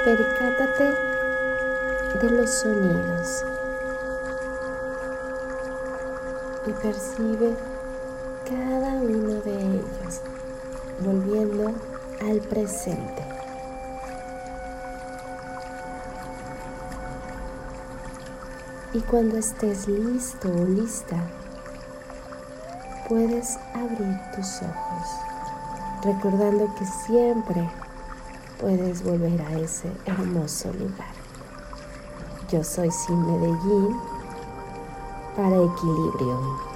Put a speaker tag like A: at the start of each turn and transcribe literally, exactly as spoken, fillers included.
A: percátate de los sonidos y percibe cada uno de ellos, volviendo al presente. Y cuando estés listo o lista, puedes abrir tus ojos, recordando que siempre puedes volver a ese hermoso lugar. Yo soy Sin Medellín para Equilibrium.